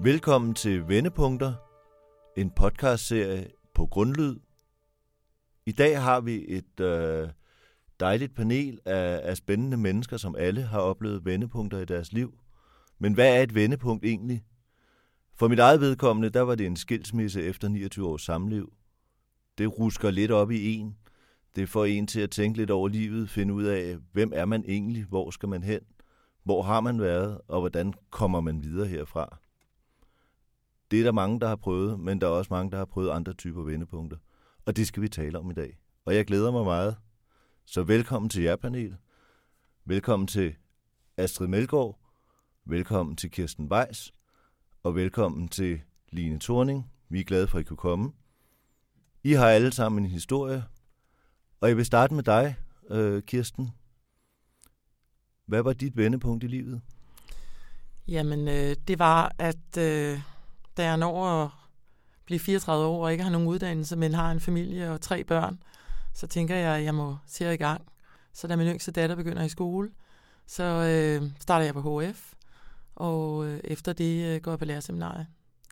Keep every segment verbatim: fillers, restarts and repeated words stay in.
Velkommen til Vendepunkter, en podcastserie på Grundlyd. I dag har vi et øh, dejligt panel af, af spændende mennesker, som alle har oplevet vendepunkter i deres liv. Men hvad er et vendepunkt egentlig? For mit eget vedkommende, der var det en skilsmisse efter niogtyve års samliv. Det rusker lidt op i en. Det får en til at tænke lidt over livet, finde ud af, hvem er man egentlig, hvor skal man hen, hvor har man været, og hvordan kommer man videre herfra. Det er der mange, der har prøvet, men der er også mange, der har prøvet andre typer vendepunkter. Og det skal vi tale om i dag. Og jeg glæder mig meget. Så velkommen til jer panel. Velkommen til Astrid Melgaard. Velkommen til Kirsten Weiss. Og velkommen til Line Thorning. Vi er glade for, at I kunne komme. I har alle sammen en historie. Og jeg vil starte med dig, øh, Kirsten. Hvad var dit vendepunkt i livet? Jamen, øh, det var, at øh, da jeg når at blive fireogtredive år og ikke har nogen uddannelse, men har en familie og tre børn, så tænker jeg, at jeg må se i gang. Så da min yngste datter begynder i skole, så øh, starter jeg på H F, og øh, efter det øh, går jeg på lærerseminarie.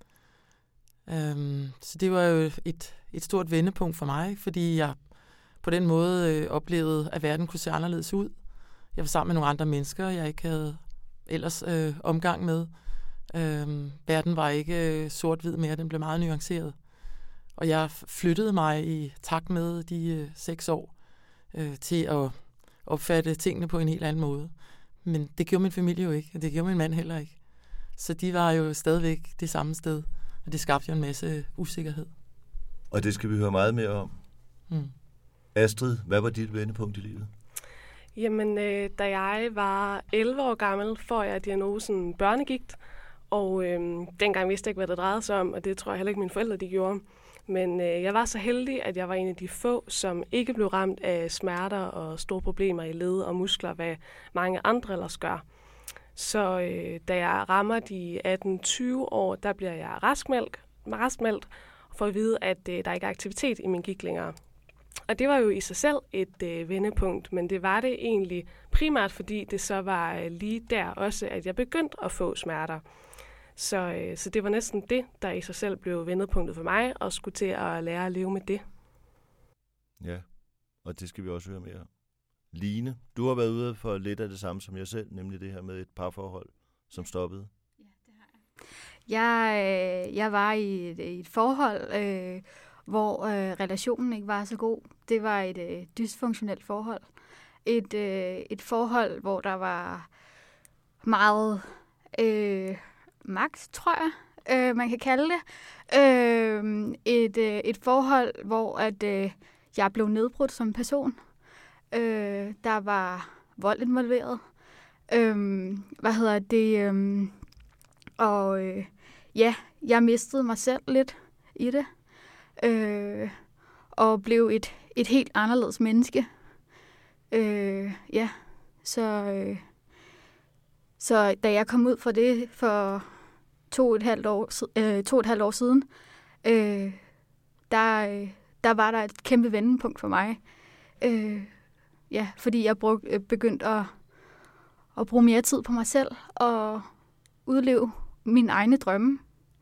Um, så det var jo et, et stort vendepunkt for mig, fordi jeg på den måde øh, oplevede, at verden kunne se anderledes ud. Jeg var sammen med nogle andre mennesker, jeg ikke havde ellers øh, omgang med. Øhm, verden var ikke øh, sort-hvid mere, den blev meget nuanceret. Og jeg flyttede mig i takt med de øh, seks år øh, til at opfatte tingene på en helt anden måde. Men det gjorde min familie jo ikke, og det gjorde min mand heller ikke. Så de var jo stadigvæk det samme sted, og det skabte jo en masse usikkerhed. Og det skal vi høre meget mere om. Mm. Astrid, hvad var dit vendepunkt i livet? Jamen, øh, da jeg var elleve år gammel, får jeg diagnosen børnegigt. Og øh, dengang vidste jeg ikke, hvad det drejede sig om, og det tror jeg heller ikke, mine forældre de gjorde. Men øh, jeg var så heldig, at jeg var en af de få, som ikke blev ramt af smerter og store problemer i led og muskler, hvad mange andre ellers gør. Så øh, da jeg rammer de atten tyve år, der bliver jeg raskmeldt, raskmeldt og får at vide, at øh, der ikke er aktivitet i min gigt længere. Og det var jo i sig selv et øh, vendepunkt, men det var det egentlig primært, fordi det så var øh, lige der også, at jeg begyndte at få smerter. Så, øh, så det var næsten det, der i sig selv blev vendepunktet for mig, og skulle til at lære at leve med det. Ja, og det skal vi også høre mere om. Line, du har været ude for lidt af det samme som jeg selv, nemlig det her med et parforhold, som stoppede. Ja, det har jeg. Jeg, øh, jeg var i et, et forhold, øh, hvor øh, relationen ikke var så god. Det var et øh, dysfunktionelt forhold. Et, øh, et forhold, hvor der var meget øh, magt, tror jeg, øh, man kan kalde det. Øh, et, øh, et forhold, hvor at, øh, jeg blev nedbrudt som person. Øh, der var vold involveret. Øh, hvad hedder det? Øh, og øh, ja, jeg mistede mig selv lidt i det. Øh, og blev et, et helt anderledes menneske. Øh, ja, så, øh, så da jeg kom ud fra det for to og et halvt år, øh, to og et halvt år siden, øh, der, øh, der var der et kæmpe vendepunkt for mig. Øh, ja, fordi jeg brug, øh, begyndte at, at bruge mere tid på mig selv og udleve mine egne drømme.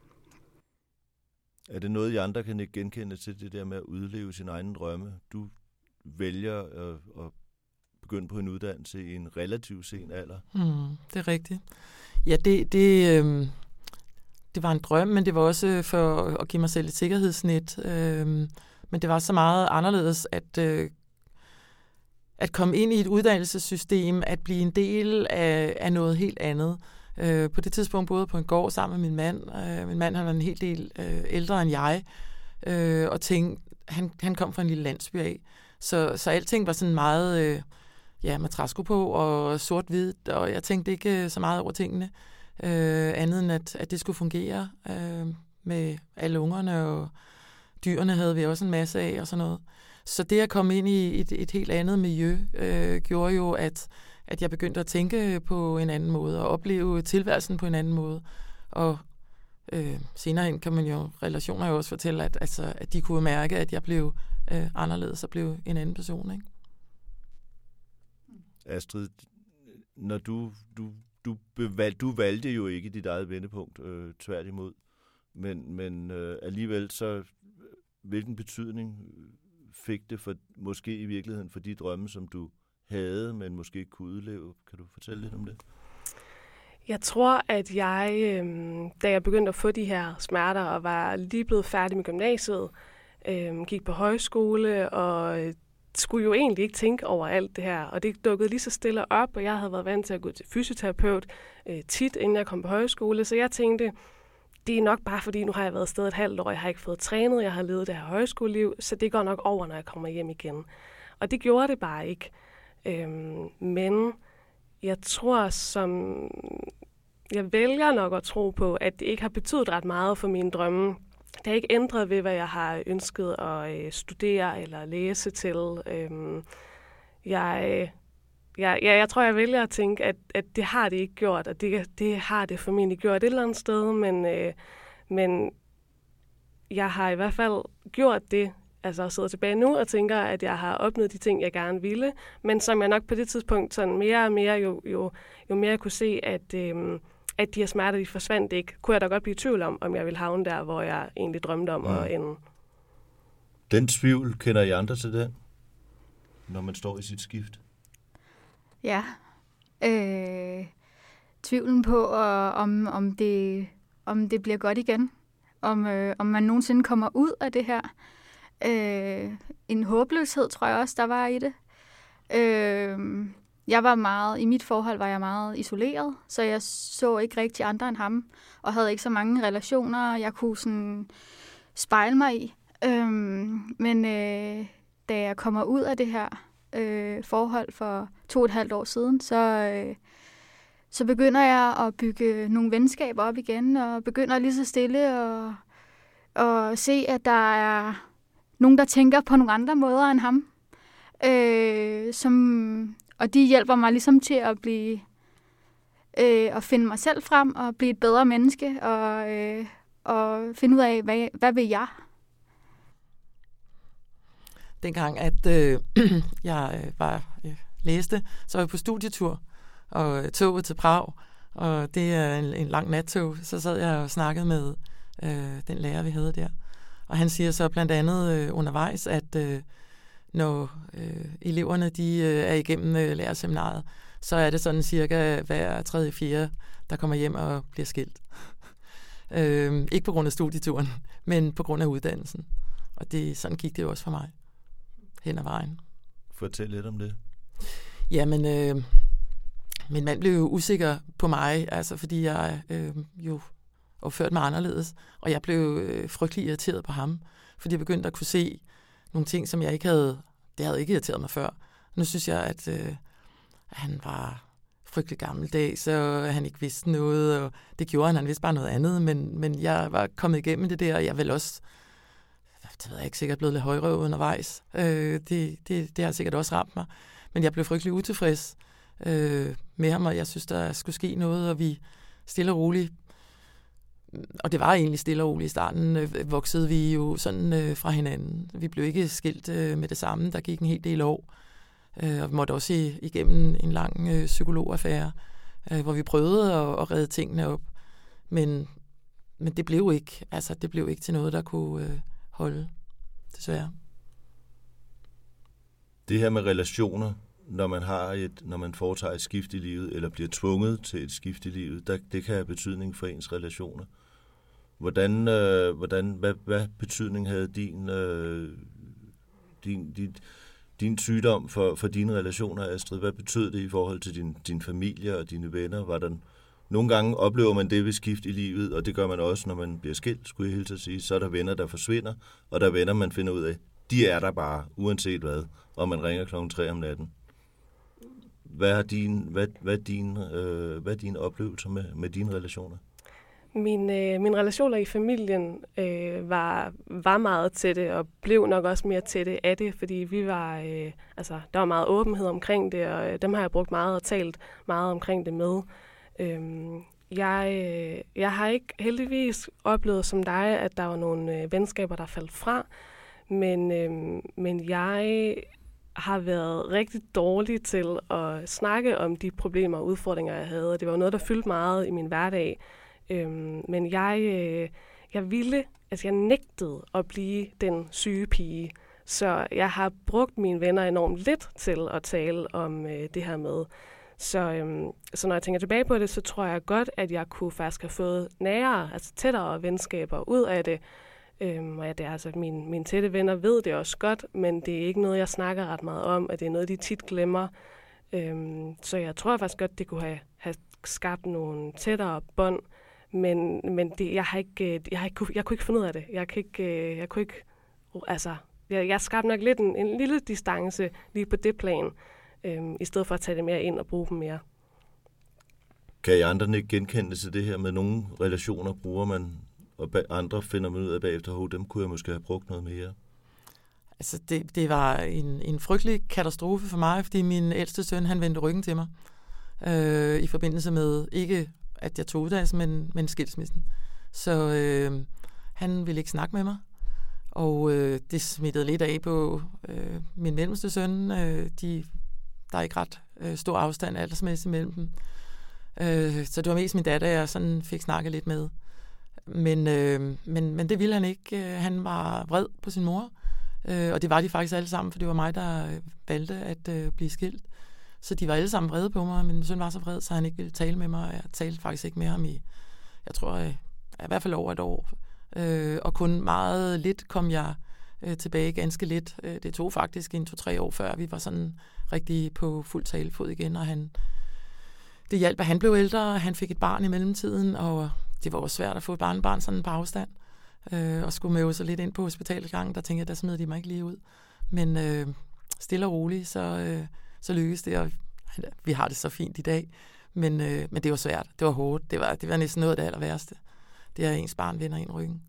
Er det noget, I andre kan ikke genkende til det der med at udleve sine egne drømme? Du vælger at, at begynde på en uddannelse i en relativt sen alder. Mm, det er rigtigt. Ja, det, det, øh, det var en drøm, men det var også for at give mig selv et sikkerhedsnet. Øh, men det var så meget anderledes, at, øh, at komme ind i et uddannelsessystem, at blive en del af, af noget helt andet. Øh, på det tidspunkt boede på en gård sammen med min mand. Øh, min mand han var en hel del øh, ældre end jeg, øh, og tænkte, han, han kom fra en lille landsby af. Så, så alting var sådan meget øh, ja, matrasko på og sort-hvidt, og jeg tænkte ikke så meget over tingene, øh, andet end at, at det skulle fungere øh, med alle ungerne, og dyrene havde vi også en masse af og sådan noget. Så det at komme ind i et, et helt andet miljø, øh, gjorde jo, at at jeg begyndte at tænke på en anden måde, og opleve tilværelsen på en anden måde. Og øh, senere hen kan man jo, relationer jo også fortælle, at, altså, at de kunne mærke, at jeg blev øh, anderledes og blev en anden person, ikke? Astrid, når du, du, du, bevalg, du valgte jo ikke dit eget vendepunkt, øh, tværtimod. Men, men øh, alligevel så, hvilken betydning fik det for, måske i virkeligheden for de drømme, som du havde, men måske ikke kunne udleve? Kan du fortælle lidt om det? Jeg tror, at jeg, øh, da jeg begyndte at få de her smerter, og var lige blevet færdig med gymnasiet, øh, gik på højskole, og øh, skulle jo egentlig ikke tænke over alt det her. Og det dukkede lige så stille op, og jeg havde været vant til at gå til fysioterapeut øh, tit, inden jeg kom på højskole. Så jeg tænkte, det er nok bare fordi, nu har jeg været afsted et halvt år, jeg har ikke fået trænet, jeg har levet det her højskoleliv, så det går nok over, når jeg kommer hjem igen. Og det gjorde det bare ikke. Øhm, men jeg tror, som jeg vælger nok at tro på, at det ikke har betydet ret meget for mine drømme. Det har ikke ændret ved, hvad jeg har ønsket at øh, studere eller læse til. Øhm, jeg... Ja, ja, jeg tror, jeg vælger at tænke, at, at det har det ikke gjort, og det, det har det formentlig gjort et eller andet sted, men, øh, men jeg har i hvert fald gjort det, altså at sidde tilbage nu og tænker, at jeg har opnået de ting, jeg gerne ville, men som jeg nok på det tidspunkt sådan mere og mere, jo, jo, jo mere jeg kunne se, at, øh, at de her smerter, de forsvandt ikke, kunne jeg da godt blive i tvivl om, om jeg ville havne der, hvor jeg egentlig drømte om ja. at ende. Den tvivl, kender I andre til den, når man står i sit skift? Ja, øh, tvivlen på, øh, om, om, det, om det bliver godt igen. Om, øh, om man nogensinde kommer ud af det her. Øh, en håbløshed, tror jeg også, der var i det. Øh, jeg var meget, i mit forhold var jeg meget isoleret, så jeg så ikke rigtig andre end ham, og havde ikke så mange relationer, jeg kunne sådan spejle mig i. Øh, men øh, da jeg kommer ud af det her øh, forhold for to og et halvt år siden, så, øh, så begynder jeg at bygge nogle venskaber op igen, og begynder lige så stille og, og se, at der er nogen, der tænker på nogle andre måder end ham. Øh, som, og de hjælper mig ligesom til at blive øh, at finde mig selv frem og blive et bedre menneske og, øh, og finde ud af, hvad, hvad vil jeg? Dengang, at øh, jeg øh, var øh, læste, så var jeg på studietur og øh, toget til Prag, og det er en, en lang nattog. Så sad jeg og snakkede med øh, den lærer, vi havde der. Og han siger så blandt andet øh, undervejs, at øh, når øh, eleverne de, øh, er igennem øh, lærerseminaret, så er det sådan cirka hver tredje, fjerde, der kommer hjem og bliver skilt. øh, ikke på grund af studieturen, men på grund af uddannelsen. Og det, sådan gik det jo også for mig hen ad vejen. Fortæl lidt om det. Jamen, øh, min mand blev jo usikker på mig, altså fordi jeg øh, jo opførte mig anderledes, og jeg blev øh, frygtelig irriteret på ham, fordi jeg begyndte at kunne se nogle ting, som jeg ikke havde, det havde ikke irriteret mig før. Nu synes jeg, at øh, han var frygtelig gammeldags, og han ikke vidste noget, og det gjorde han, han vidste bare noget andet, men, men jeg var kommet igennem det der, og jeg vil også, det ved jeg ikke, sikkert blevet lidt højrøvet undervejs. Øh, det, det, det har sikkert også ramt mig, men jeg blev frygtelig utilfreds øh, med ham, og jeg synes, der skulle ske noget, og vi stille og roligt, og det var egentlig stille og roligt i starten, øh, voksede vi jo sådan øh, fra hinanden. Vi blev ikke skilt øh, med det samme, der gik en hel del år, øh, og vi måtte også i, igennem en lang øh, psykologaffære, øh, hvor vi prøvede at, at redde tingene op, men, men det blev ikke, altså det blev ikke til noget, der kunne øh, holde, desværre. Det her med relationer, når man har et, når man foretager et skift i livet, eller bliver tvunget til et skift i livet, der, det kan have betydning for ens relationer. Hvordan, øh, hvordan hvad, hvad betydning havde din, øh, din, din, din sygdom for, for dine relationer, Astrid? Hvad betød det i forhold til din, din familie og dine venner? Var der, nogle gange oplever man det ved skift i livet, og det gør man også, når man bliver skilt, skulle jeg helt til at sige. Så er der venner, der forsvinder, og der er venner, man finder ud af, de er der bare, uanset hvad, og man ringer klokken tre om natten. Hvad er din, hvad, hvad din, øh, hvad er dine oplevelser med, med dine relationer? Min, øh, mine relationer i familien øh, var, var meget tætte, og blev nok også mere tætte af det, fordi vi var, øh, altså, der var meget åbenhed omkring det, og øh, dem har jeg brugt meget og talt meget omkring det med. Øhm, jeg, øh, jeg har ikke heldigvis oplevet som dig, at der var nogle øh, venskaber, der faldt fra, men, øh, men jeg har været rigtig dårlig til at snakke om de problemer og udfordringer, jeg havde. Det var noget, der fyldte meget i min hverdag. Øhm, men jeg, øh, jeg ville, altså jeg nægtede at blive den syge pige. Så jeg har brugt mine venner enormt lidt til at tale om øh, det her med. Så, øhm, så når jeg tænker tilbage på det, så tror jeg godt, at jeg kunne faktisk have fået nærere, altså tættere venskaber ud af det. Øhm, og ja, det er altså, mine, mine tætte venner ved det også godt, men det er ikke noget, jeg snakker ret meget om, og det er noget, de tit glemmer. Øhm, så jeg tror faktisk godt, det kunne have, have skabt nogle tættere bånd, men, men det, jeg, har ikke, jeg, har ikke, jeg kunne ikke finde ud af det. Jeg, kan ikke, jeg kunne ikke, altså, jeg, jeg skabte nok lidt en, en lille distance lige på det plan, øhm, i stedet for at tage det mere ind og bruge dem mere. Kan I andre ikke genkende til det her med nogle relationer bruger man, og andre finder man ud af bagefter, at dem kunne jeg måske have brugt noget mere? Altså, det, det var en, en frygtelig katastrofe for mig, fordi min ældste søn, han vendte ryggen til mig, øh, i forbindelse med, ikke at jeg tog uddannelse, men, men skilsmissen. Så øh, han ville ikke snakke med mig, og øh, det smittede lidt af på øh, min mellemste søn. Øh, de, der er ikke ret øh, stor afstand aldersmæssigt mellem dem. Øh, så det var mest min datter, jeg sådan fik snakket lidt med. Men, øh, men, men det ville han ikke. Han var vred på sin mor, øh, og det var de faktisk alle sammen, for det var mig, der valgte at øh, blive skilt. Så de var alle sammen vrede på mig. Min søn var så vred, så han ikke ville tale med mig. Jeg talte faktisk ikke med ham i, jeg tror, øh, i hvert fald over et år. Øh, og kun meget lidt kom jeg øh, tilbage, ganske lidt. Øh, det tog faktisk en to-tre år før, vi var sådan rigtig på fuld talefod igen, og han, det hjalp, at han blev ældre, og han fik et barn i mellemtiden, og det var også svært at få et barnebarn sådan på afstand, øh, og skulle møde sig lidt ind på hospitalsgangen. Der tænkte jeg, der smed de mig ikke lige ud. Men øh, stille og roligt, så, øh, så lykkedes det, og vi har det så fint i dag. Men, øh, men det var svært, det var hårdt, det var, det var næsten noget af det aller værste. Det er, ens barn vender ind ryggen.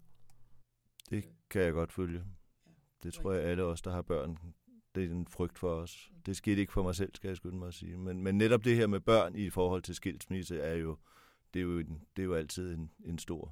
Det kan jeg godt følge. Det tror jeg alle os, der har børn, det er en frygt for os. Det skete ikke for mig selv, skal jeg skynde mig at sige. Men, men netop det her med børn i forhold til skilsmisse er jo, det er jo, en, det er jo altid en, en stor,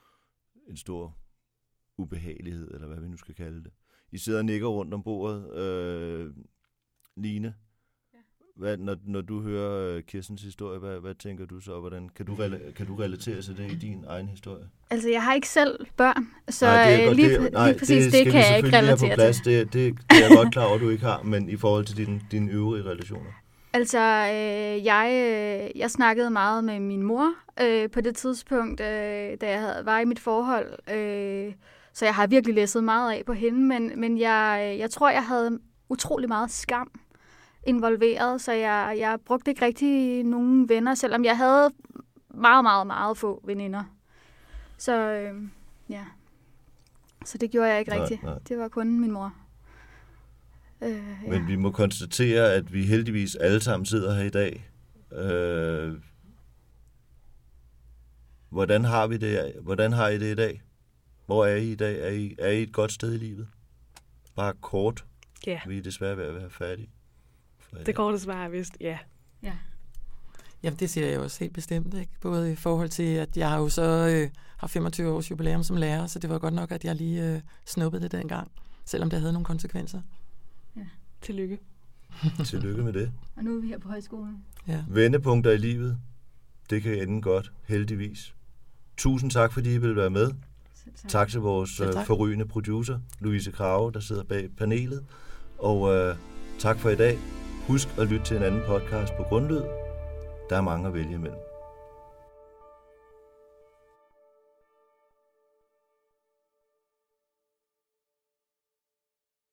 en stor ubehagelighed, eller hvad vi nu skal kalde det. I sidder og nikker rundt om bordet. Øh, Line, ja. hvad, når, når du hører Kirstens historie, hvad, hvad tænker du så? Hvordan, kan, du rela- kan du relatere til det i din egen historie? Altså, jeg har ikke selv børn, så nej, det er godt, lige, det, nej, lige præcis det, det kan jeg ikke relatere på plads. til. Det, det, det er jeg godt klar over, at du ikke har, men i forhold til dine, dine øvrige relationer? Altså, øh, jeg, øh, jeg snakkede meget med min mor øh, på det tidspunkt, øh, da jeg havde, var i mit forhold. Øh, så jeg har virkelig læsset meget af på hende, men, men jeg, jeg tror, jeg havde utrolig meget skam involveret, så jeg, jeg brugte ikke rigtig nogen venner, selvom jeg havde meget, meget, meget få veninder. Så øh, ja, så det gjorde jeg ikke nej, rigtigt. Nej. Det var kun min mor. Øh, ja. Men vi må konstatere, at vi heldigvis alle sammen sidder her i dag. Øh, hvordan har vi det? Hvordan har I det i dag? Hvor er I i dag? Er I, er I et godt sted i livet? Bare kort. Ja. Yeah. Vi er desværre ved at være færdige. Det går desværre vist, ja. Ja. Jamen, det siger jeg også helt bestemt, ikke? Både i forhold til, at jeg har jo så øh, har femogtyve års jubilæum som lærer, så det var godt nok, at jeg lige øh, snuppede det dengang, selvom det havde nogle konsekvenser. Ja. Tillykke. Tillykke med det. Og nu er vi her på højskolen. Ja. Vendepunkter i livet, det kan ende godt, heldigvis. Tusind tak, fordi I ville være med. Tak. tak til vores uh, forrygende producer, Louise Krage, der sidder bag panelet. Og uh, tak for i dag. Husk at lytte til en anden podcast på Grundlyd. Der er mange at vælge imellem.